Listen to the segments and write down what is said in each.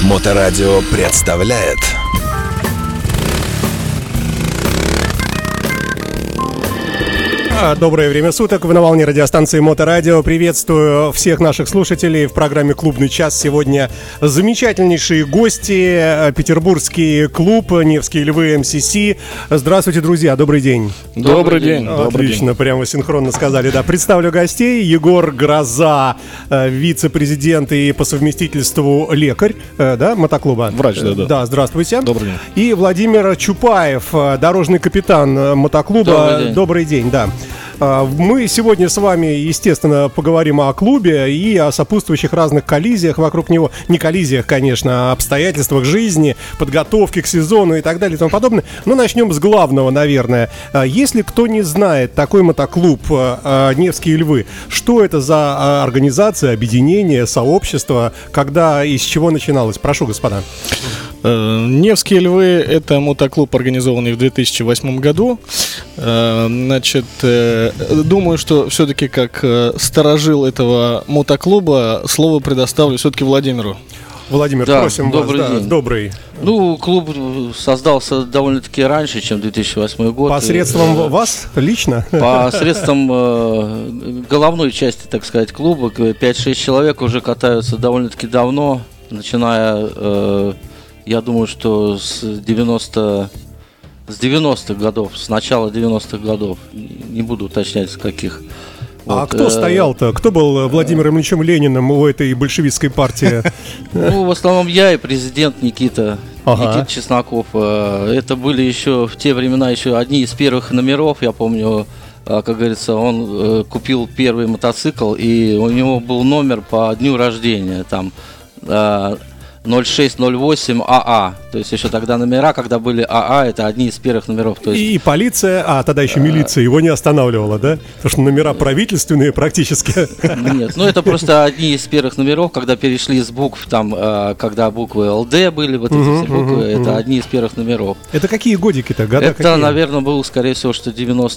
Моторадио представляет Доброе время суток, вы на волне радиостанции Моторадио. Приветствую всех наших слушателей в программе «Клубный час». Сегодня замечательнейшие гости, петербургский клуб «Невские львы» МСС. Здравствуйте, друзья, добрый день. Добрый день. Отлично, прямо синхронно сказали, да. Представлю гостей. Егор Гроза, вице-президент и по совместительству лекарь, да, мотоклуба? Врач, да. Да, здравствуйте. Добрый день. И Владимир Чупаев, дорожный капитан мотоклуба. Добрый день, да. Мы сегодня с вами, естественно, поговорим о клубе и о сопутствующих разных коллизиях вокруг него. Не коллизиях, конечно, а обстоятельствах жизни, подготовке к сезону и так далее и тому подобное. Но начнем с главного, наверное. Если кто не знает такой мотоклуб «Невские львы», что это за организация, объединение, сообщество, когда и с чего начиналось? Прошу, господа. «Невские львы» — это мотоклуб, организованный в 2008 году. Значит, думаю, что все-таки как сторожил этого мотоклуба слово предоставлю все-таки Владимиру. Владимир, да, просим добрый вас. день. Да, добрый. Ну, клуб создался довольно-таки раньше, чем 2008 год. Посредством вас лично? Посредством головной части, так сказать, клуба. 5-6 человек уже катаются довольно-таки давно, начиная, я думаю, что с 90-х годов, с начала 90-х годов. Не буду уточнять, с каких. А кто стоял-то? Кто был Владимиром Ильичем Лениным у этой большевистской партии? Ну, в основном я и президент Никита Чесноков. Это были еще в те времена еще одни из первых номеров. Я помню, как говорится, он купил первый мотоцикл, и у него был номер по дню рождения. Там 0608 АА. То есть еще тогда номера, когда были АА, это одни из первых номеров. То есть... И полиция, тогда еще милиция его не останавливала, да? Потому что номера правительственные практически. Нет, ну это просто одни из первых номеров, когда перешли с букв, там, когда буквы ЛД были, вот эти все буквы, это одни из первых номеров. Это какие годики-то, года это, какие? наверное, был, скорее всего, что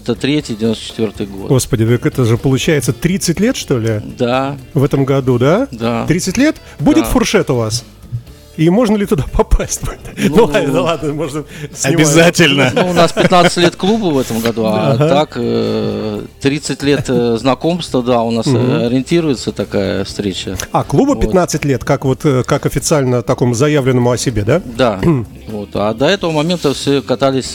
93-94 год. Господи, так это же получается 30 лет, что ли? Да. В этом году, да? Да. 30 лет? Будет фуршет у вас? И можно ли туда попасть? Ну ладно, можно снимать. Обязательно. Ну, у нас 15 лет клубу в этом году, а так 30 лет знакомства, да, у нас ориентируется такая встреча. А клубу 15 лет, как официально такому заявленному о себе, да? Да. Вот. А до этого момента все катались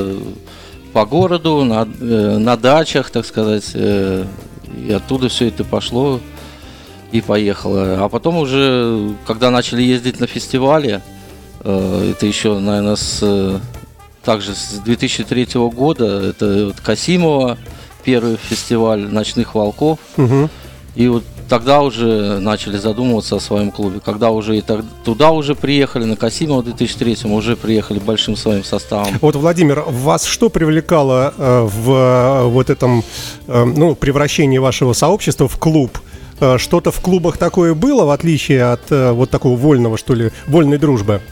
по городу, на дачах, так сказать, и оттуда все это пошло. И поехала. А потом уже, когда начали ездить на фестивали, это еще, наверное, также с 2003 года, это вот Касимова, первый фестиваль «Ночных волков». И вот тогда уже начали задумываться о своем клубе. Когда уже туда уже приехали, на Касимова в 2003-м уже приехали большим своим составом. Вот, Владимир, вас что привлекало в вот этом превращении вашего сообщества в клуб? Что-то в клубах такое было, в отличие от вот такого вольного, что ли, вольной дружбы?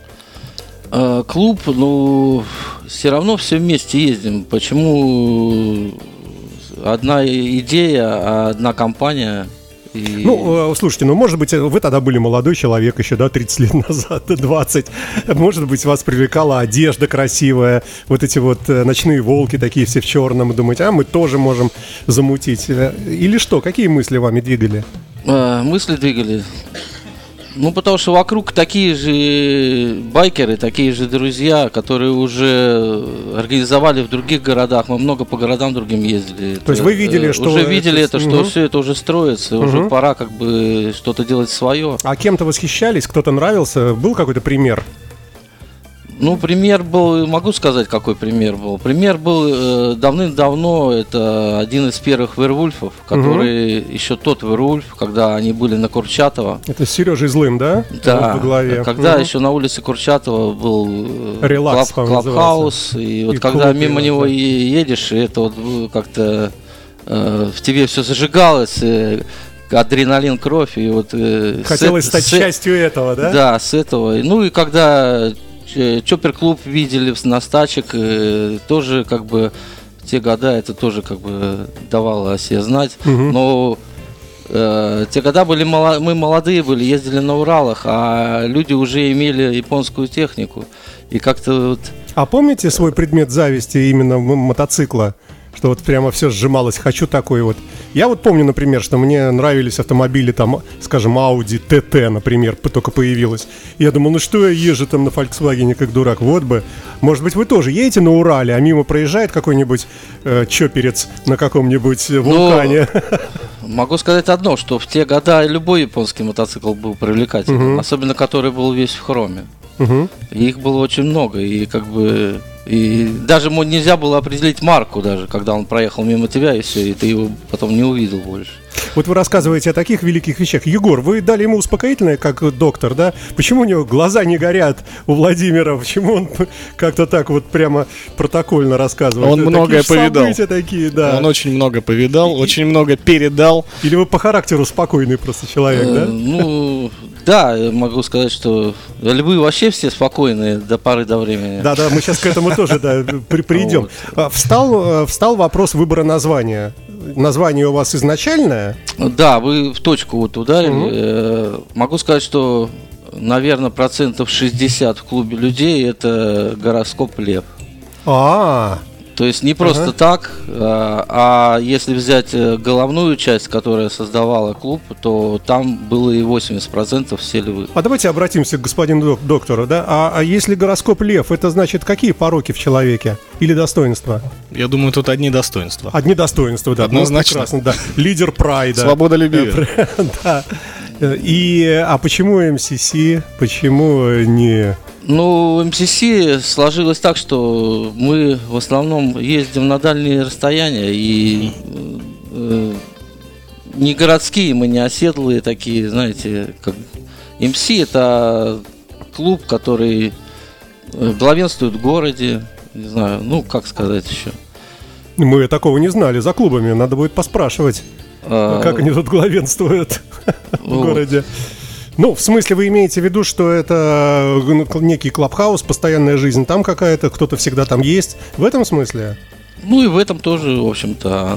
Клуб, все равно все вместе ездим. Почему одна идея, одна компания? Слушайте, может быть, вы тогда были молодой человек еще, да, 30 лет назад, 20. Может быть, вас привлекала одежда красивая, вот эти вот ночные волки такие все в черном, и думаете, мы тоже можем замутить. Или что? Какие мысли вами двигали? Мысли двигали. Потому что вокруг такие же байкеры, такие же друзья, которые уже организовали в других городах. Мы много по городам другим ездили. То есть вы видели, что... Уже видели что все это уже строится, уже пора как бы что-то делать свое. А кем-то восхищались, кто-то нравился? Был какой-то пример? Пример был, могу сказать, какой пример был. Пример был давным-давно, это один из первых Вервульфов, который еще тот Вервульф, когда они были на Курчатова. Это с Сережей Злым, да? Да, во главе. Когда еще на улице Курчатова был клабхаус, и вот когда мимо него едешь, и это вот как-то в тебе все зажигалось, адреналин, кровь, и вот... Хотелось стать частью этого, да? Да, с этого. И когда... Чоппер-клуб видели на стачек, тоже как бы в те года это тоже как бы давало о себе знать. Но те года мы молодые были, ездили на Уралах, а люди уже имели японскую технику. И как-то вот... А помните свой предмет зависти именно мотоцикла? Что вот прямо все сжималось, хочу такой вот. Я вот помню, например, что мне нравились автомобили, там, скажем, Audi TT, например, только появилась. Я думал, ну что я езжу там на Volkswagen как дурак, вот бы. Может быть, вы тоже едете на Урале, а мимо проезжает какой-нибудь чоперец на каком-нибудь вулкане? Могу сказать одно, что в те года любой японский мотоцикл был привлекательным, особенно который был весь в хроме. И их было очень много, и как бы... И даже нельзя было определить марку даже, когда он проехал мимо тебя, и все, и ты его потом не увидел больше. Вот вы рассказываете о таких великих вещах. Егор, вы дали ему успокоительное, как доктор, да? Почему у него глаза не горят у Владимира? Почему он как-то так вот прямо протокольно рассказывает? Он многое повидал. Такие, да. Он очень много повидал, очень много передал. Или вы по характеру спокойный просто человек, да? Ну, да, могу сказать, что львы вообще все спокойные до поры до времени. Да, мы сейчас к этому тоже придем. Встал вопрос выбора названия. Название у вас изначальное? Да, вы в точку вот ударили. Могу сказать, что, наверное, 60% в клубе людей это гороскоп Лев. То есть не просто так, а если взять головную часть, которая создавала клуб, то там было и 80% все львы. А давайте обратимся к господину доктору, да? А если гороскоп Лев, это значит какие пороки в человеке или достоинства? Я думаю, тут одни достоинства. Одни достоинства, да. Однозначно. Прекрасно, да. Лидер прайда. Свободолюбие. Да. А почему МСС? Почему не... Ну, МСС сложилось так, что мы в основном ездим на дальние расстояния, и не городские, мы не оседлые такие, знаете, как МС это клуб, который главенствует в городе, не знаю, ну, как сказать еще. Мы такого не знали, за клубами надо будет поспрашивать, как они тут главенствуют в городе. Ну, в смысле, вы имеете в виду, что это некий клабхаус, постоянная жизнь там какая-то, кто-то всегда там есть, в этом смысле? Ну и в этом тоже, в общем-то,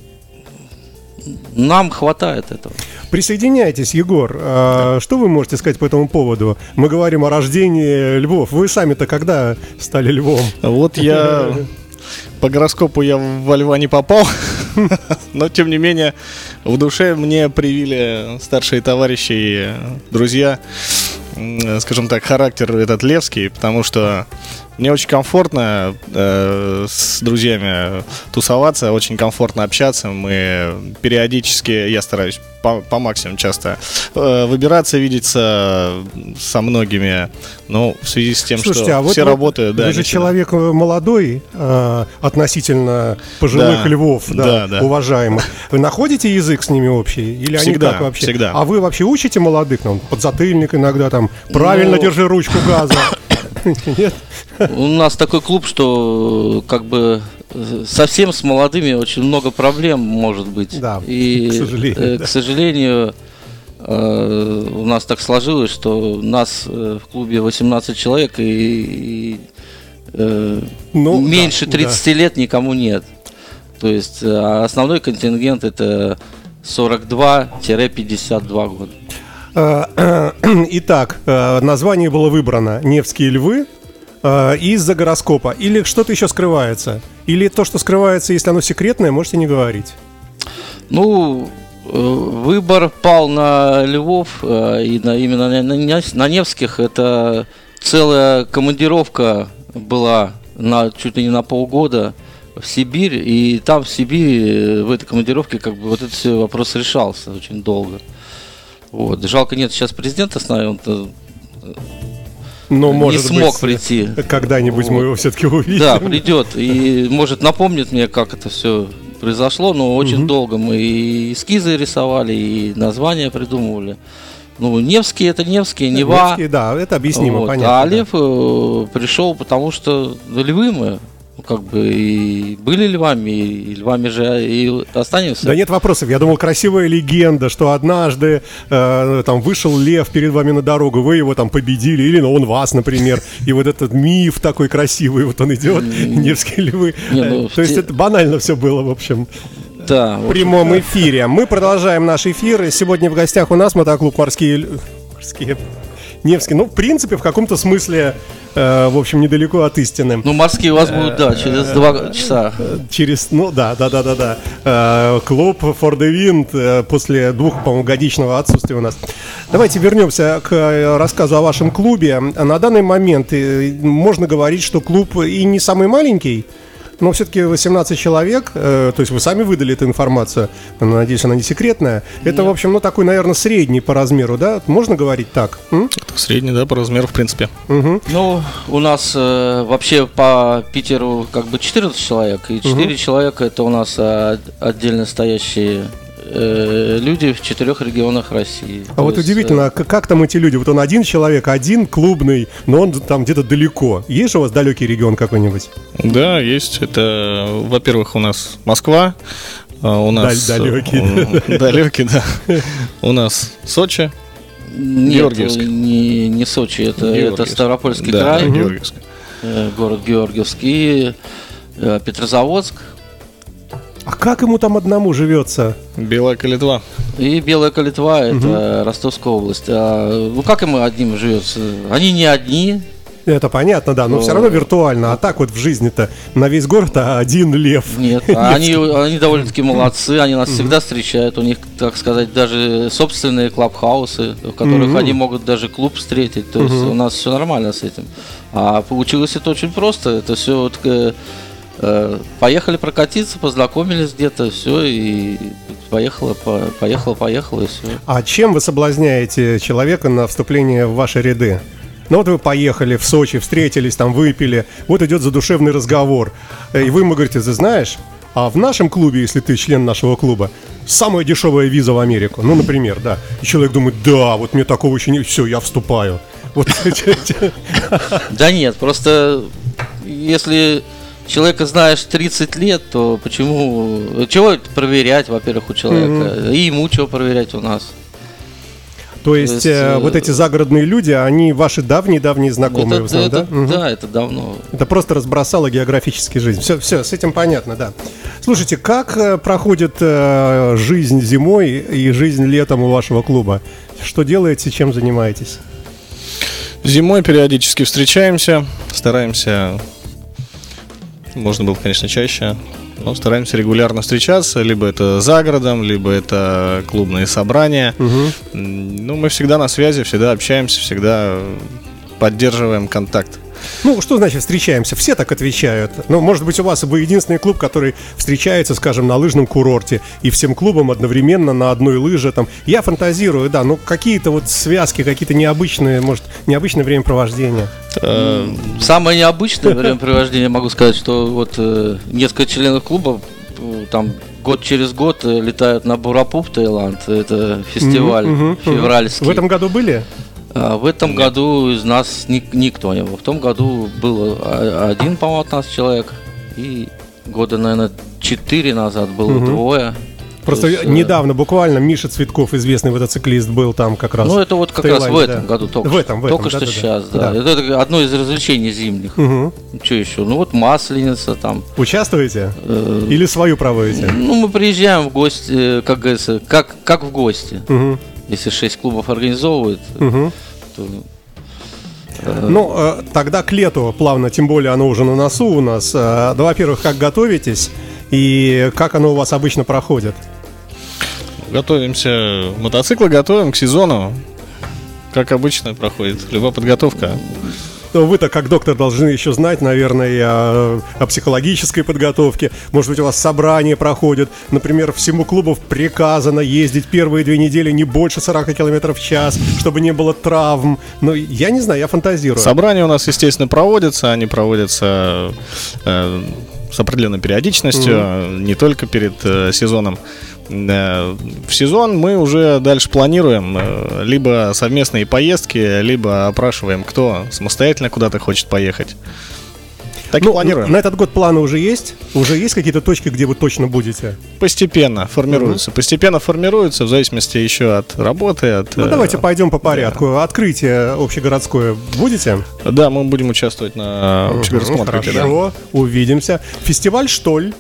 нам хватает этого. Присоединяйтесь, Егор. Что вы можете сказать по этому поводу? Мы говорим о рождении львов. Вы сами-то когда стали львом? Вот я... По гороскопу я во льва не попал, но тем не менее в душе мне привили старшие товарищи и друзья, скажем так, характер этот левский, потому что мне очень комфортно с друзьями тусоваться, очень комфортно общаться. Мы периодически, я стараюсь по максимуму часто выбираться, видеться со многими. Но в связи с тем, слушайте, что все работают... Вы же человек молодой, относительно пожилых львов, уважаемых. Вы находите язык с ними общий? Или всегда, они как вообще? Всегда. А вы вообще учите молодых? Подзатыльник иногда там, правильно держи ручку газа. Нет? У нас такой клуб, что как бы совсем с молодыми очень много проблем может быть. Да, и, к сожалению, у нас так сложилось, что у нас в клубе 18 человек и меньше 30 лет никому нет. То есть основной контингент это 42-52 года. Итак, название было выбрано «Невские львы» из-за гороскопа. Или что-то еще скрывается? Или то, что скрывается, если оно секретное, можете не говорить? Ну, выбор пал на львов, и именно на Невских. Это целая командировка была чуть ли не на полгода в Сибирь. И там в Сибири, в этой командировке, как бы вот этот все вопрос решался очень долго. Вот. Жалко, нет сейчас президента с нами, он-то не смог прийти. Когда-нибудь мы его все-таки увидим. Да, придет и может напомнит мне, как это все произошло, но очень долго мы и эскизы рисовали, и названия придумывали. Ну, Невский это Невский, Нева. Невский, да, это объяснимо, понятно. А Лев пришел, потому что львы мы. Как бы и были львами, и львами же и останемся. Да нет вопросов. Я думал, красивая легенда, что однажды там вышел лев перед вами на дорогу, вы его там победили, или он вас, например. И вот этот миф такой красивый, вот он идет, Невские львы. То есть это банально все было, в общем. Да, в прямом эфире. Мы продолжаем наш эфир. Сегодня в гостях у нас мотоклуб «Морские Невский». Ну, в принципе, в каком-то смысле, в общем, недалеко от истины. Ну, морские у вас будут, да, через 2 часа. Клуб For the Wind после 2, по-моему, годичного отсутствия у нас. Давайте вернемся к рассказу о вашем клубе. На данный момент можно говорить, что клуб и не самый маленький, но все-таки 18 человек, то есть вы сами выдали эту информацию, надеюсь, она не секретная. Это, в общем, такой, наверное, средний по размеру, да? Можно говорить так? Средний, да, по размеру, в принципе. Ну, у нас вообще по Питеру как бы 14 человек, и 4 человека это у нас отдельно стоящие люди в 4 регионах России. А вот удивительно, как там эти люди? Вот он один человек, один клубный, но он там где-то далеко. Есть же у вас далекий регион какой-нибудь? Да, есть. Это, во-первых, у нас Москва. У нас далекий. Далекий, да. У нас Сочи. Нет, не Сочи, это Ставропольский край. Георгиевск. Город Георгиевск и Петрозаводск. А как ему там одному живется? Белая Калитва. И Белая Калитва, это Ростовская область. Как ему одним живется? Они не одни. Это понятно, да, но все равно виртуально. А так вот в жизни-то на весь город один лев. Нет, они довольно-таки молодцы, они нас всегда встречают. У них, так сказать, даже собственные клабхаусы, в которых они могут даже клуб встретить. То есть у нас все нормально с этим. А получилось это очень просто. Это все поехали прокатиться, познакомились где-то, все, и поехало, и все. А чем вы соблазняете человека на вступление в ваши ряды? Ну вот вы поехали в Сочи, встретились, там выпили, вот идет задушевный разговор, и вы ему говорите: ты знаешь, а в нашем клубе, если ты член нашего клуба, самая дешевая виза в Америку, ну, например, да. И человек думает: да, вот мне такого еще не... Все, я вступаю. Да нет, просто если человека знаешь 30 лет, то почему... Чего проверять, во-первых, у человека? И ему чего проверять у нас? То есть вот эти загородные люди, они ваши давние-давние знакомые, да? Да, это давно. Это просто разбросало географически жизнь. Все, с этим понятно, да. Слушайте, как проходит жизнь зимой и жизнь летом у вашего клуба? Что делаете, чем занимаетесь? Зимой периодически встречаемся, стараемся... Можно было, конечно, чаще, но стараемся регулярно встречаться. Либо это за городом, либо это клубные собрания. Ну, мы всегда на связи, всегда общаемся, всегда поддерживаем контакт. Ну, что значит встречаемся? Все так отвечают. Ну, может быть, у вас вы единственный клуб, который встречается, скажем, на лыжном курорте, и всем клубам одновременно на одной лыже. Там. Я фантазирую, да, но какие-то вот связки, какие-то необычные, может, необычное времяпровождение. Самое необычное времяпровождение, могу сказать, что вот несколько членов клуба там год через год летают на Бурапу в Таиланд. Это фестиваль февральский. В этом году были? В этом году из нас никто не был. В том году был один, по-моему, от нас человек. И года, наверное, 4 назад было 2. Просто есть, недавно, буквально, Миша Цветков, известный мотоциклист, был там как раз. Ну, это вот как раз в этом году только что сейчас, да. Это одно из развлечений зимних. Что еще? Ну, вот Масленица там. Участвуете? Или свою проводите? Ну, мы приезжаем в гости, как говорится, как в гости. Если 6 клубов организовывают, то... Ну, тогда к лету плавно, тем более оно уже на носу у нас. Да, во-первых, как готовитесь и как оно у вас обычно проходит? Готовимся, мотоциклы готовим к сезону. Как обычно проходит любая подготовка. Но вы-то как доктор должны еще знать, наверное, о психологической подготовке. Может быть, у вас собрания проходят. Например, всему клубу приказано ездить первые 2 недели не больше 40 км в час, чтобы не было травм. Но я не знаю, я фантазирую. Собрания у нас, естественно, проводятся. Они проводятся с определенной периодичностью, не только перед сезоном. В сезон мы уже дальше планируем либо совместные поездки, либо опрашиваем, кто самостоятельно куда-то хочет поехать. Так и планируем. На этот год планы уже есть? Уже есть какие-то точки, где вы точно будете? Постепенно формируются. Постепенно формируются, в зависимости еще от работы. Ну, давайте пойдем по порядку. Открытие общегородское будете? Да, мы будем участвовать на общегородском открытии. Хорошо, увидимся. Фестиваль «Штоль».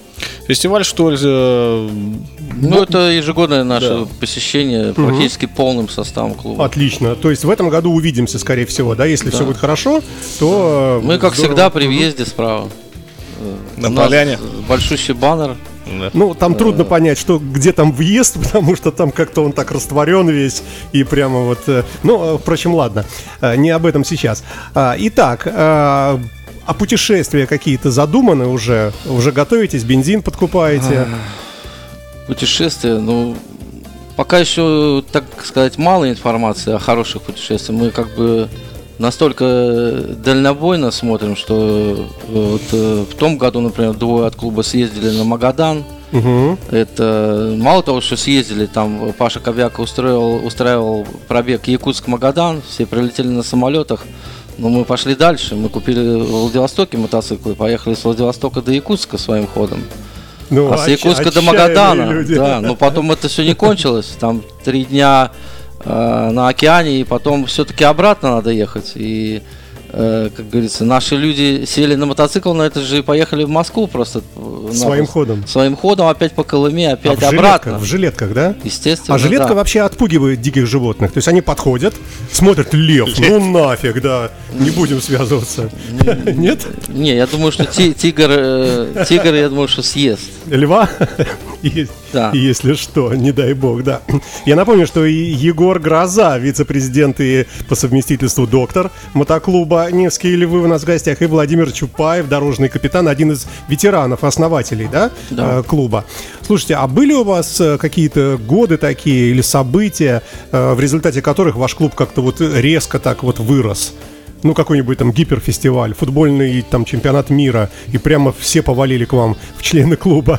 Фестиваль «Штольза». Это ежегодное наше посещение практически полным составом клуба. Отлично. То есть в этом году увидимся, скорее всего, да? Если все будет хорошо, то... Мы, как всегда, при въезде справа. На поляне. Большущий баннер. Там трудно понять, где там въезд, потому что там как-то он так растворен весь. И прямо впрочем, ладно. Не об этом сейчас. Итак, а путешествия какие-то задуманы уже? Уже готовитесь? Бензин подкупаете? Путешествия, пока еще, так сказать, мало информации о хороших путешествиях. Мы как бы настолько дальнобойно смотрим, что в том году, например, двое от клуба съездили на Магадан. Это мало того, что съездили, там Паша Кобяка устраивал пробег Якутск-Магадан, все прилетели на самолетах. Но мы пошли дальше, мы купили в Владивостоке мотоциклы, поехали с Владивостока до Якутска своим ходом. С Якутска до Магадана, люди. Да, но потом это все не кончилось, там 3 дня на океане, и потом все-таки обратно надо ехать. И, как говорится, наши люди сели на мотоцикл на это же и поехали в Москву просто. Своим ходом. Своим ходом, опять по Колыме, опять обратно. В жилетках, да? Естественно, жилетка вообще отпугивает диких животных. То есть они подходят, смотрят: лев, нафиг, да, не будем связываться. Нет? Не, я думаю, что тигр, я думаю, что съест. Льва? Если что, не дай бог, да. Я напомню, что Егор Гроза, вице-президент и по совместительству доктор мотоклуба «Невские львы» у нас в гостях, и Владимир Чупаев, дорожный капитан, один из ветеранов, основателей, клуба. Слушайте, а были у вас какие-то годы такие или события, в результате которых ваш клуб как-то резко так вырос? Какой-нибудь там гиперфестиваль, футбольный там чемпионат мира, и прямо все повалили к вам в члены клуба?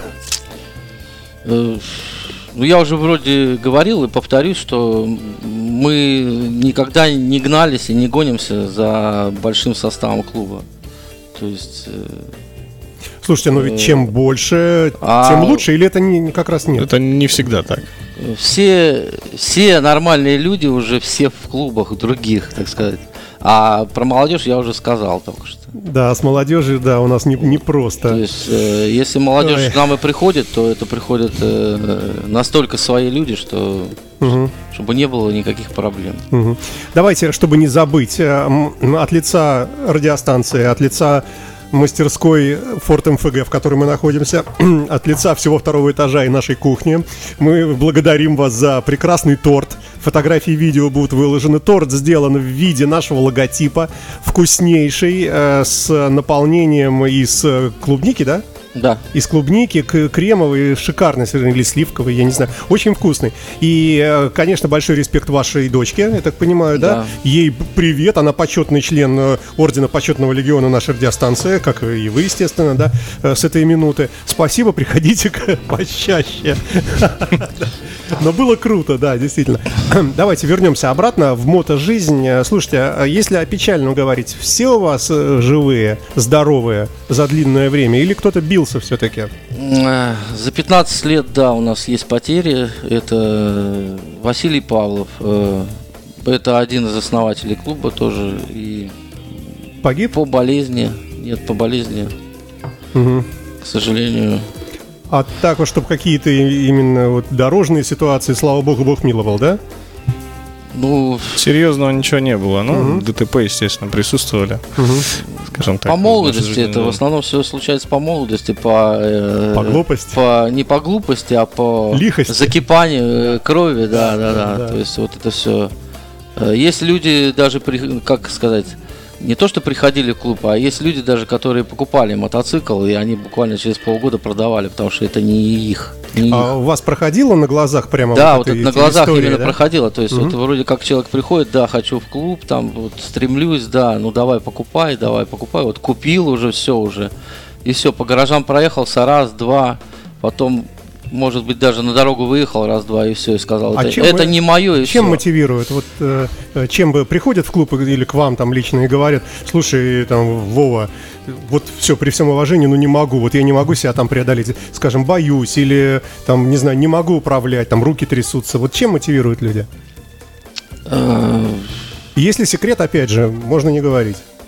Я уже вроде говорил и повторюсь, что мы никогда не гнались и не гонимся за большим составом клуба. То есть... Слушайте, ведь чем больше, тем лучше, или это как раз нет? Это не всегда так. Все нормальные люди уже все в клубах других, так сказать. А про молодежь я уже сказал только что. Да, с молодежью, у нас не просто. То есть, если молодежь к нам и приходит, то это приходят настолько свои люди, что чтобы не было никаких проблем. Давайте, чтобы не забыть, от лица радиостанции, от лица мастерской Форт МФГ, в которой мы находимся, от лица всего 2-го этажа и нашей кухни, мы благодарим вас за прекрасный торт. Фотографии и видео будут выложены. Торт сделан в виде нашего логотипа, вкуснейший, с наполнением из клубники, да? Да. Из клубники, кремовый, шикарный, или сливковый, я не знаю, очень вкусный. И, конечно, большой респект вашей дочке, я так понимаю, да? Ей привет, она почетный член Ордена Почетного Легиона нашей радиостанции, как и вы, естественно, да, с этой минуты. Спасибо, приходите почаще. Но было круто, да, действительно. Давайте вернемся обратно в мотожизнь. Слушайте, если о печальном говорить, все у вас живые, здоровые за длинное время, или кто-то бился все-таки? За 15 лет, да, у нас есть потери. Это Василий Павлов. Это один из основателей клуба тоже. И погиб? По болезни. Нет, по болезни. К сожалению. А так вот, чтобы какие-то именно дорожные ситуации, слава богу, Бог миловал, да? Серьезного ничего не было. ДТП, естественно, присутствовали. Скажем так. По молодости это в основном все случается по молодости, по глупости. Не по глупости, а по лихости. Закипанию крови, да. То есть это все. Есть люди даже, как сказать, не то, что приходили в клуб, а есть люди даже, которые покупали мотоцикл, и они буквально через полгода продавали, потому что это не их. У вас проходило на глазах прямо? Да, вот это на глазах история, именно проходило. То есть вроде как человек приходит, да, хочу в клуб, там стремлюсь, да, давай покупай, вот купил уже, все уже. И все, по гаражам проехался раз, два, потом, может быть, даже на дорогу выехал раз-два и все, и сказал, это не мое. И чем все. Мотивирует? Чем бы приходят в клуб или к вам там лично и говорят: слушай, там, Вова, все, при всем уважении, не могу, я не могу себя там преодолеть, скажем, боюсь, или там, не знаю, не могу управлять, там, руки трясутся. Чем мотивируют люди? Если секрет, опять же, можно не говорить.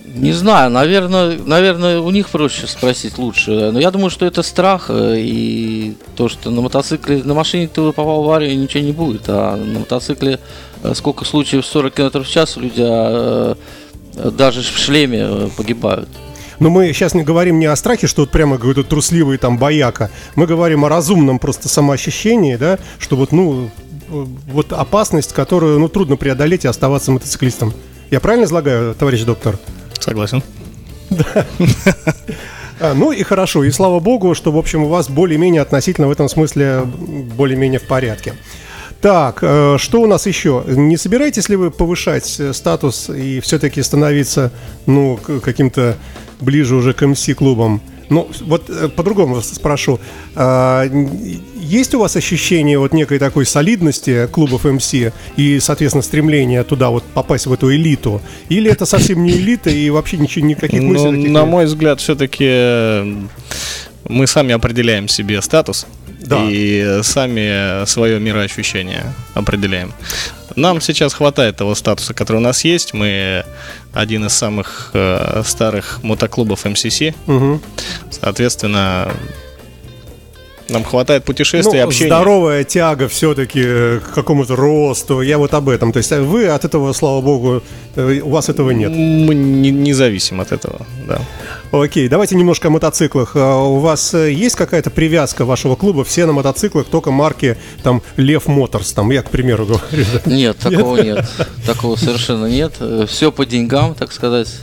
Не знаю, наверное, у них проще спросить лучше. Но я думаю, что это страх и то, что на мотоцикле, на машине ты попал в аварию, ничего не будет. А на мотоцикле сколько случаев 40 км в час люди даже в шлеме погибают. Но мы сейчас не говорим не о страхе, что вот прямо какой-то трусливый там бояка. Мы говорим о разумном просто самоощущении, да, что вот опасность, которую трудно преодолеть и оставаться мотоциклистом. Я правильно излагаю, товарищ доктор? Согласен. Да. Ну и хорошо, и слава богу, что, в общем, у вас более-менее относительно в этом смысле более-менее в порядке. Так, что у нас еще? Не собираетесь ли вы повышать статус и все-таки становиться, каким-то ближе уже к МС-клубам? Ну, вот по-другому спрошу. Есть у вас ощущение вот некой такой солидности клубов МС и, соответственно, стремления туда вот попасть в эту элиту? Или это совсем не элита и вообще никаких мыслей таких нет? На мой взгляд, все-таки мы сами определяем себе статус. Да. И сами свое мироощущение определяем. Нам сейчас хватает того статуса, который у нас есть. Мы один из самых старых мотоклубов МСС. Угу. Соответственно, нам хватает путешествий, общения. Здоровая тяга все-таки к какому-то росту. Я вот об этом. То есть вы от этого, слава богу, у вас этого нет. Мы не зависим от этого, да. Окей, давайте немножко о мотоциклах. У вас есть какая-то привязка вашего клуба? Все на мотоциклах, только марки там Лев Моторс, там я, к примеру, говорю. Нет, такого нет. Такого совершенно нет. Все по деньгам, так сказать.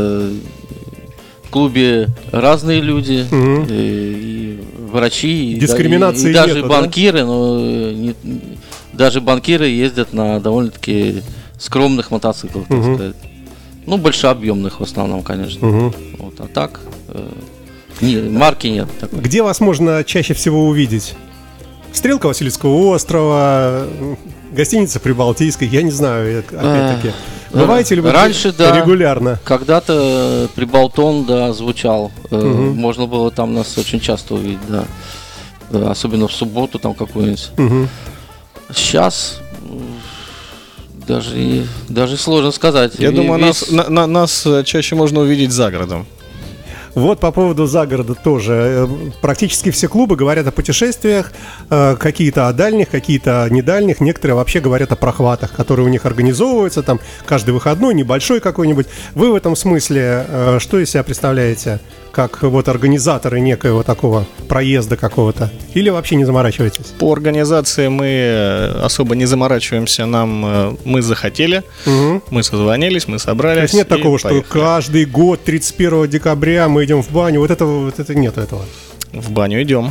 В клубе разные люди, и врачи, дискриминации и даже нету, банкиры, но даже банкиры ездят на довольно-таки скромных мотоциклах, так сказать. Ну, большеобъемных в основном, конечно. Вот, а так, марки нет. Такой. Где вас можно чаще всего увидеть? Стрелка Васильевского острова, гостиница Прибалтийская, я не знаю, опять-таки. Бываете ли вы раньше, регулярно? Да, когда-то Прибалтон, да, звучал. Можно было там нас очень часто увидеть, да. Особенно в субботу там какую-нибудь. Сейчас даже сложно сказать. Я думаю, нас чаще можно увидеть за городом. Вот по поводу загорода тоже. Практически все клубы говорят о путешествиях, какие-то о дальних, какие-то о недальних. Некоторые вообще говорят о прохватах, которые у них организовываются там каждый выходной, небольшой какой-нибудь. Вы в этом смысле что из себя представляете? Как вот организаторы некоего такого проезда какого-то? Или вообще не заморачиваетесь? По организации мы особо не заморачиваемся. Мы захотели, мы созвонились, мы собрались. То есть нет такого, поехали. Что каждый год 31 декабря мы идем в баню? Вот это нет этого. В баню идем.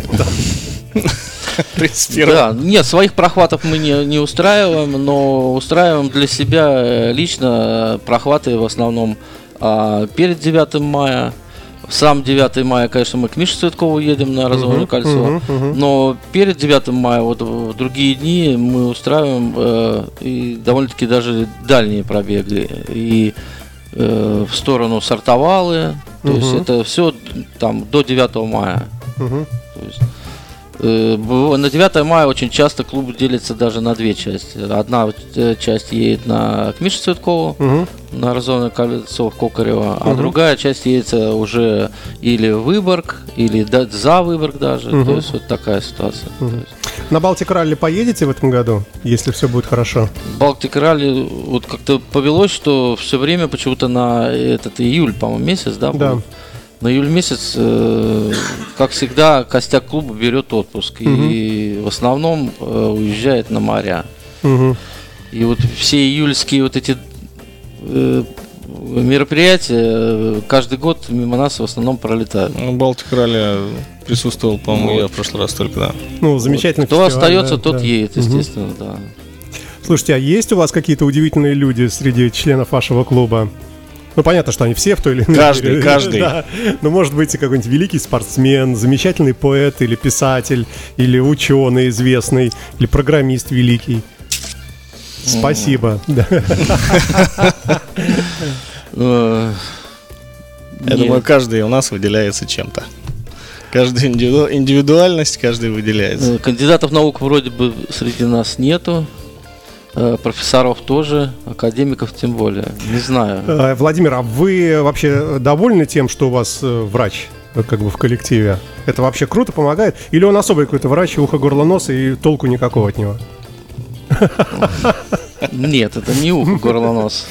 Да, нет, своих прохватов мы не устраиваем, но устраиваем для себя лично прохваты в основном перед 9 мая. Сам 9 мая, конечно, мы к Мише Цветкову едем на Разумное кольцо, но перед 9 мая, вот в другие дни мы устраиваем и довольно-таки даже дальние пробеги. И в сторону Сартовалы, то есть это все там до 9 мая. То есть, на 9 мая очень часто клуб делится даже на две части. Одна часть едет к Мише Цветкову, на Разумное кольцо в Кокорево, а другая часть едет уже или в Выборг, или за Выборг даже. То есть вот такая ситуация. На Балтик Ралли поедете в этом году, если все будет хорошо? Балтик Ралли, вот как-то повелось, что все время почему-то на этот июль, по-моему, месяц, да? Да. На июль месяц, как всегда, костяк клуба берет отпуск и в основном уезжает на моря. И вот все июльские вот эти мероприятия каждый год мимо нас в основном пролетают. Балтик Ралли присутствовал, по-моему, я в прошлый раз только, да. Ну, замечательно. Кто остается, тот едет, естественно, да. Слушайте, а есть у вас какие-то удивительные люди среди членов вашего клуба? Ну, понятно, что они все в той или иной мере. Каждый. Да. Но может быть и какой-нибудь великий спортсмен, замечательный поэт или писатель, или ученый известный, или программист великий. Спасибо. Я думаю, каждый у нас выделяется чем-то. Каждая индивидуальность, каждый выделяется. Кандидатов наук вроде бы среди нас нету. профессоров тоже, академиков тем более. Не знаю. Владимир, а вы вообще довольны тем, что у вас врач как бы в коллективе? Это вообще круто, помогает? Или он особый какой-то врач, ухо, горло, нос, и толку никакого от него? Нет, это не ухо, горло, нос.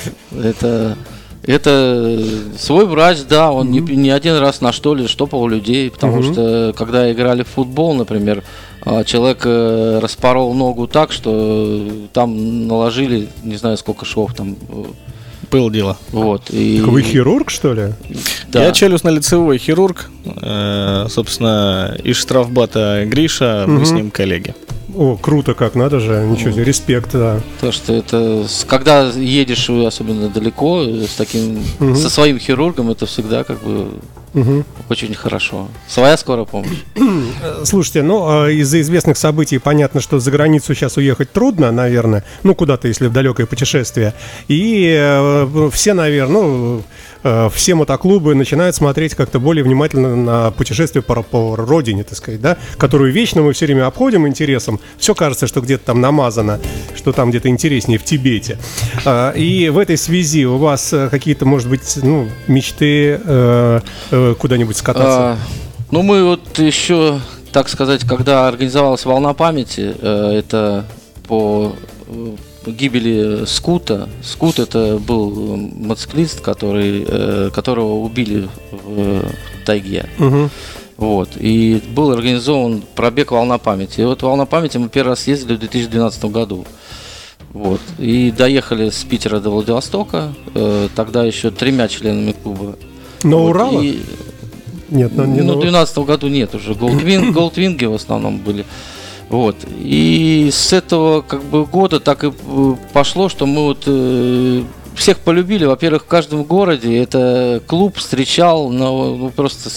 Это свой врач, да, он не один раз на штопал людей, потому что когда играли в футбол, например, человек распорол ногу так, что там наложили, не знаю сколько швов там. Было дело. Вот, и... Так вы хирург, что ли? Да. Я челюстно-лицевой хирург, собственно, из штрафбата Гриша, мы с ним коллеги. О, круто как, надо же, ничего себе, респект, да. То, что это, когда едешь особенно далеко, со своим хирургом, это всегда как бы очень хорошо. Своя скорая помощь. Слушайте, из-за известных событий понятно, что за границу сейчас уехать трудно, наверное, куда-то, если в далекое путешествие. И все, наверное, все мотоклубы начинают смотреть как-то более внимательно на путешествие по родине, так сказать, да, которую вечно мы все время обходим интересом. Все кажется, что где-то там намазано, что там где-то интереснее в Тибете. И в этой связи у вас какие-то, может быть, мечты куда-нибудь скататься? Мы вот еще, так сказать, когда организовалась «Волна памяти», это по гибели Скута. Скут — это был мотоциклист, которого убили в тайге. Вот. И был организован пробег «Волна памяти». И вот «Волна памяти» мы первый раз ездили в 2012 году. Вот. И доехали с Питера до Владивостока, тогда еще 3 членами клуба. На Урала? Нет, в 2012 году нет уже. Голдвинги в основном были. Вот. И с этого как бы года так и пошло, что мы вот всех полюбили. Во-первых, в каждом городе это клуб встречал просто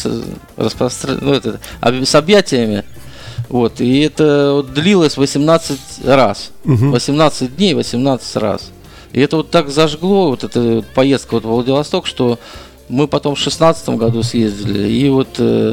с объятиями. Вот. И это вот длилось 18 раз. 18 дней, 18 раз. И это вот так зажгло, вот эта поездка вот в Владивосток, что мы потом в 2016 году съездили. И вот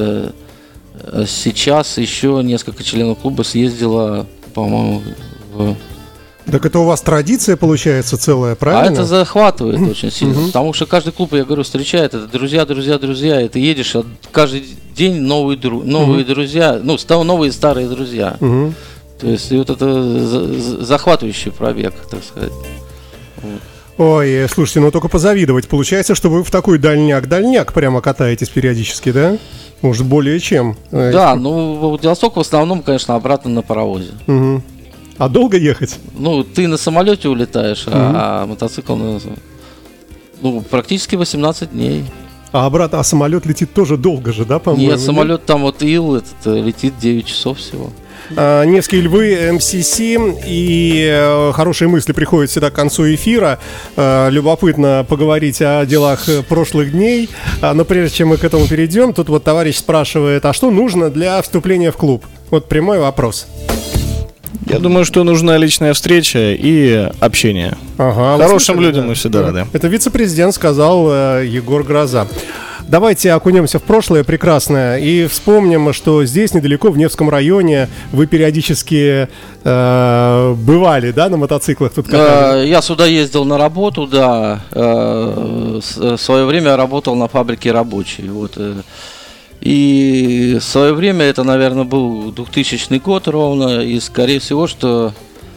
сейчас еще несколько членов клуба съездило, по-моему, в... Так это у вас традиция получается целая, правильно? А это захватывает очень сильно, потому что каждый клуб, я говорю, встречает, это друзья, и ты едешь, каждый день новые друзья, новые старые друзья. То есть и вот это захватывающий пробег, так сказать. Вот. Ой, слушайте, только позавидовать. Получается, что вы в такой дальняк прямо катаетесь периодически, да? Может, более чем. Да, в Владивосток в основном, конечно, обратно на паровозе. А долго ехать? Ты на самолете улетаешь, а мотоцикл практически 18 дней. А обратно, самолет летит тоже долго же, да, по-моему? Нет, самолет там вот Ил летит 9 часов всего. Невские львы, МСС, и хорошие мысли приходят всегда к концу эфира. Любопытно поговорить о делах прошлых дней. Но прежде чем мы к этому перейдем, тут вот товарищ спрашивает, а что нужно для вступления в клуб? Вот прямой вопрос. Я думаю, что нужна личная встреча и общение. Хорошим людям мы всегда рады. Это вице-президент сказал Егор Гроза. Давайте окунемся в прошлое прекрасное и вспомним, что здесь, недалеко, в Невском районе, вы периодически бывали, да, на мотоциклах тут катались? Я сюда ездил на работу, да. В свое время работал на фабрике «Рабочий». Вот. И в свое время, это, наверное, был 2000 год ровно, и, скорее всего, что...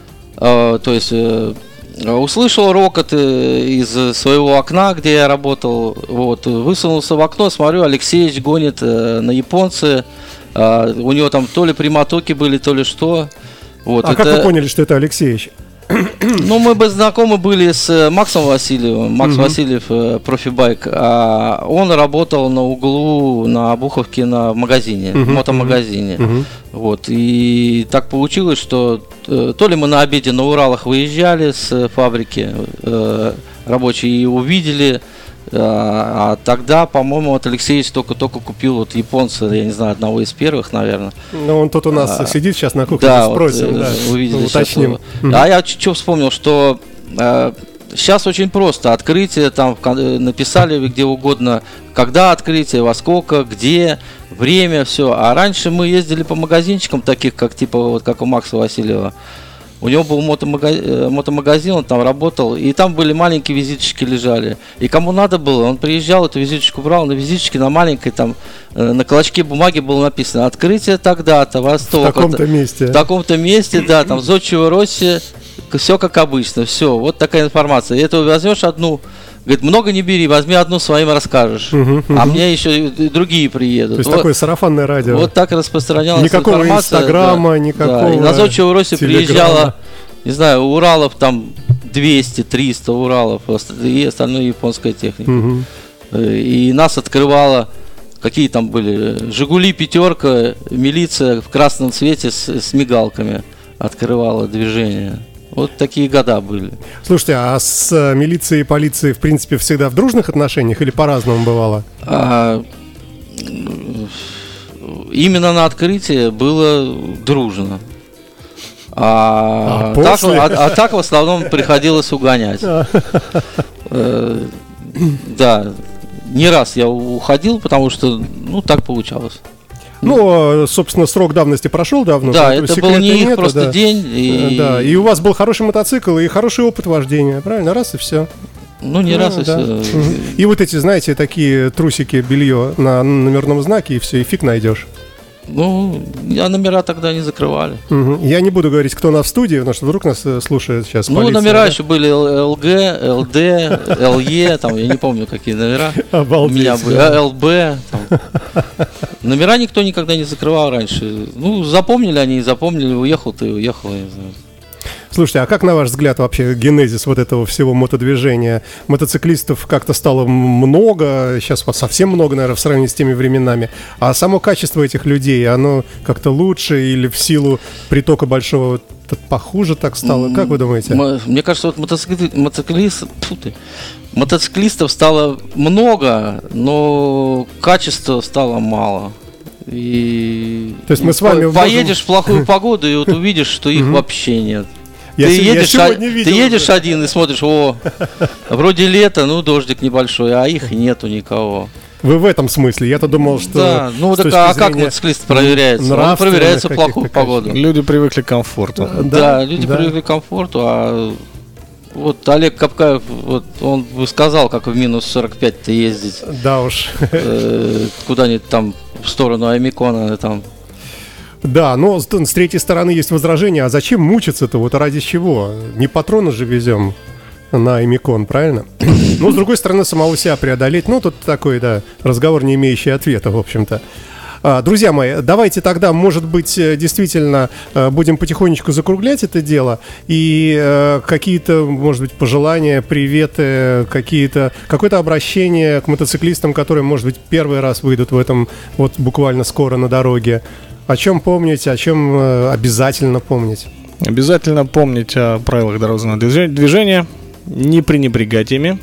услышал рокот из своего окна, где я работал, вот, высунулся в окно, смотрю, Алексеевич гонит на японцы, у него там то ли прямотоки были, то ли что. Вот, как вы поняли, что это Алексеевич? Мы бы знакомы были с Максом Васильевым, Макс Васильев, профибайк, а он работал на углу на Обуховке в магазине, в мотомагазине. Вот, и так получилось, что то ли мы на обеде на Уралах выезжали с фабрики рабочие и увидели, а тогда, по-моему, вот Алексеевич только купил вот японца, я не знаю, одного из первых, наверное. Он тут у нас сидит сейчас на кухне, да, спросим, вот, увидели, уточним. А я что вспомнил, что сейчас очень просто. Открытие, там написали где угодно, когда открытие, во сколько, где, время, все. А раньше мы ездили по магазинчикам, таких как типа вот как у Макса Васильева. У него был мотомагазин, он там работал, и там были маленькие визиточки лежали. И кому надо было, он приезжал, эту визиточку брал, на визиточке на маленькой там на клочке бумаги было написано: открытие тогда-то, Восток. В таком-то месте. В таком-то месте, да, там в Зодчего Росси, все как обычно, все. Вот такая информация. И это возьмешь одну. Говорит, много не бери, возьми одну, своим расскажешь. А мне еще и другие приедут. То есть вот, такое сарафанное радио. Вот так распространялась никакого информация. Инстаграма, никакого. Да. И на Зодчего Росси приезжало, не знаю, Уралов там 200-300 Уралов, и остальное японская техника. И нас открывало, какие там были, Жигули, пятерка, милиция в красном цвете с мигалками открывала движение. Вот такие года были. Слушайте, а с милицией и полицией, в принципе, всегда в дружных отношениях или по-разному бывало? Именно на открытии было дружно. Так в основном приходилось угонять. Да, не раз я уходил, потому что, так получалось. Ну, собственно, срок давности прошел давно. Да, это был не их просто день. Да, и у вас был хороший мотоцикл и хороший опыт вождения, правильно? Раз и все. Не раз и все. И вот эти, знаете, такие трусики, белье на номерном знаке, и все, и фиг найдешь. Номера тогда не закрывали. Я не буду говорить, кто у нас в студии, потому что вдруг нас слушает сейчас полиция. Номера еще были ЛГ, ЛД, ЛЕ, там, я не помню, какие номера. Обалдеть. У меня были ЛБ. Номера никто никогда не закрывал раньше. Запомнили они и запомнили, уехал ты, уехал, я не знаю. Слушайте, а как, на ваш взгляд, вообще генезис вот этого всего мотодвижения? Мотоциклистов как-то стало много, сейчас совсем много, наверное, в сравнении с теми временами. А само качество этих людей, оно как-то лучше или в силу притока большого похуже так стало? Как вы думаете? Мне кажется, вот мотоциклистов стало много, но качества стало мало. И то есть мы с вами поедешь в плохую погоду и вот увидишь, что их вообще нет. Ты едешь один и смотришь, вроде лето, дождик небольшой, а их нету никого. Вы в этом смысле? Я-то думал, что... Да, как мотоциклист проверяется? Он проверяется в плохую погоду. Люди привыкли к комфорту. Да, люди привыкли к комфорту, а вот Олег Капкаев, он бы сказал, как в минус 45-то ездить. Да уж. Куда-нибудь там в сторону Аймикона там. Да, но с третьей стороны есть возражение, а зачем мучиться-то, вот ради чего? Не патроны же везем на Аймикон, правильно? Но с другой стороны, самого себя преодолеть, тут такой, разговор, не имеющий ответа, в общем-то. Друзья мои, давайте тогда, может быть, действительно будем потихонечку закруглять это дело. И какие-то, может быть, пожелания, приветы, какое-то обращение к мотоциклистам, которые, может быть, первый раз выйдут в этом вот буквально скоро на дороге. О чем помнить, о чем обязательно помнить? Обязательно помнить о правилах дорожного движения, не пренебрегать ими.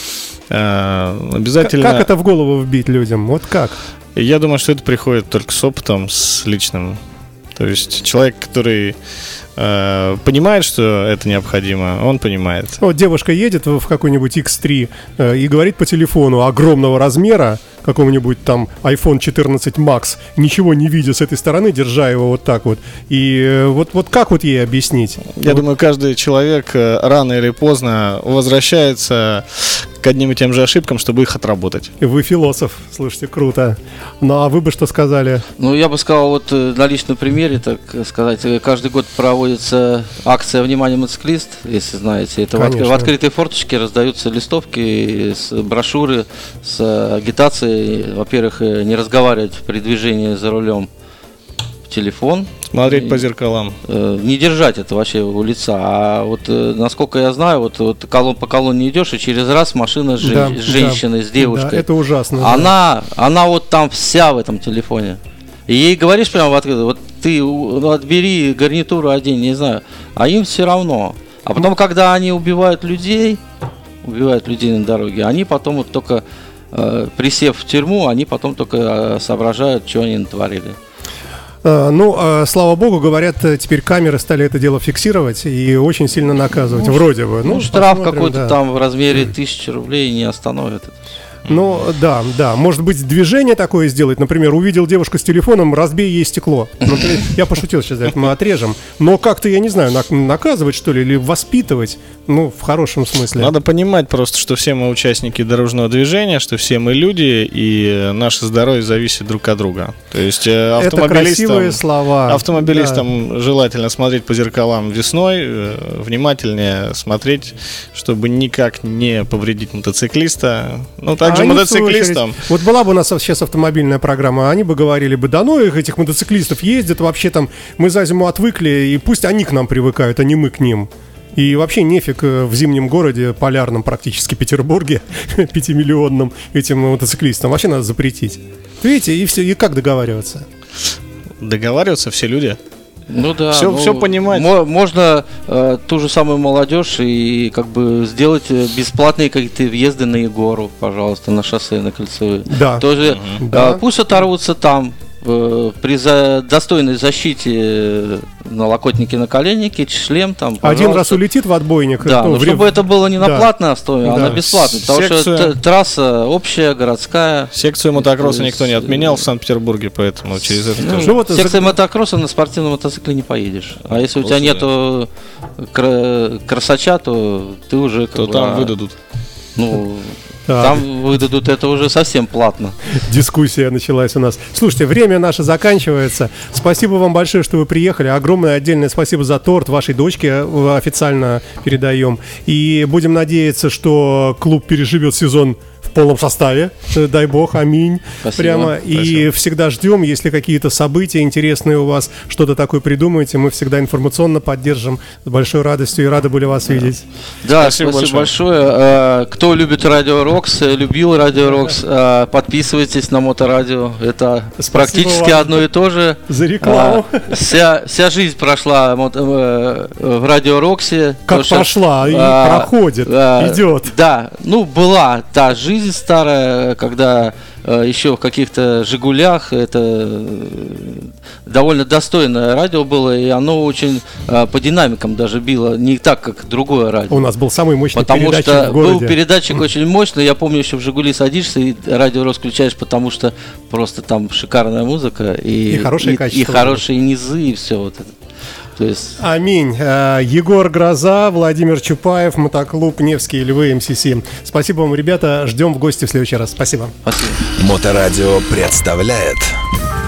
Обязательно... Как это в голову вбить людям? Вот как? Я думаю, что это приходит только с опытом, с личным. То есть человек, который понимает, что это необходимо, он понимает. Вот девушка едет в какой-нибудь X3 и говорит по телефону огромного размера, какого-нибудь там iPhone 14 Max, ничего не видя с этой стороны, держа его вот так вот. И вот как вот ей объяснить? Я думаю, каждый человек рано или поздно возвращается к одним и тем же ошибкам, чтобы их отработать. Вы философ, слушайте, круто. Ну а вы бы что сказали? Я бы сказал, на личном примере, так сказать, каждый год проводится акция «Внимание, мотоциклист», если знаете. Это в открытой форточке раздаются листовки, брошюры с агитацией. Во-первых, не разговаривать при движении за рулем в телефон. Смотреть по зеркалам. Не держать это вообще у лица. А насколько я знаю, по колонне идешь, и через раз машина с женщиной, с девушкой. Да, это ужасно. Она вот там вся в этом телефоне. И ей говоришь прямо в открытую, ты отбери гарнитуру, одень, не знаю. А им все равно. А потом, когда они убивают людей на дороге, они потом только, присев в тюрьму, они потом только соображают, что они натворили. Слава богу, говорят, теперь камеры стали это дело фиксировать и очень сильно наказывать, вроде бы. Штраф какой-то там в размере 1000 рублей не остановит это. Ну, да, может быть, движение такое сделать. Например, увидел девушку с телефоном, разбей ей стекло. Я пошутил сейчас, это мы отрежем. Но как-то, я не знаю, наказывать, что ли, или воспитывать, ну, в хорошем смысле. Надо понимать просто, что все мы участники дорожного движения, что все мы люди, и наше здоровье зависит друг от друга. То есть автомобилистам желательно смотреть по зеркалам весной, внимательнее смотреть, чтобы никак не повредить мотоциклиста. Ну, также мотоциклистам. Вот была бы у нас сейчас автомобильная программа, они бы говорили бы, да ну их, этих мотоциклистов ездят, вообще там, мы за зиму отвыкли, и пусть они к нам привыкают, а не мы к ним. И вообще нефиг в зимнем городе, полярном практически Петербурге, 5-миллионном этим мотоциклистам, вообще надо запретить. Видите, и все, и как договариваться? Договариваться все люди. Ну да, все понимать. Можно ту же самую молодежь и как бы сделать бесплатные какие-то въезды на Егору, пожалуйста, на шоссе, на Кольцевые. Да. Тоже пусть оторвутся там при достойной защите налокотники, наколенники, шлем там. Пожалуйста. Один раз улетит в отбойник. Да, но чтобы это было не на платной основе, а на бесплатной. Потому что трасса общая, городская. Секцию мотокросса никто не отменял в Санкт-Петербурге, поэтому через это тоже. Секция мотокросса на спортивном мотоцикле не поедешь. А если у тебя нету красача, то ты уже... То там выдадут. Ну... Там выдадут это уже совсем платно. Дискуссия началась у нас. Слушайте, время наше заканчивается. Спасибо вам большое, что вы приехали. Огромное отдельное спасибо за торт вашей дочке. Официально передаем. И будем надеяться, что клуб переживет сезон в полном составе. Дай бог, аминь. Спасибо. Прямо. И всегда ждем, если какие-то события интересные у вас, что-то такое придумаете, мы всегда информационно поддержим с большой радостью и рады были вас видеть. Да, спасибо большое. Кто любит Радио Рокс, любил Радио Рокс, подписывайтесь на Моторадио. Это практически одно и то же. За рекламу. Вся жизнь прошла в Радио Роксе. Как прошла, и проходит, идет. Да, ну была та жизнь старая, когда еще в каких-то «Жигулях» это довольно достойное радио было, и оно очень по динамикам даже било, не так, как другое радио. У нас был самый мощный передатчик в городе. Потому что был передатчик очень мощный, я помню, еще в «Жигули» садишься и радио расключаешь, потому что просто там шикарная музыка и хорошее качество, и хорошие низы, и все вот это. То есть... Аминь. Егор Гроза, Владимир Чупаев, мотоклуб «Невские львы», МСС. Спасибо вам, ребята. Ждем в гости в следующий раз. Спасибо. Спасибо. Моторадио представляет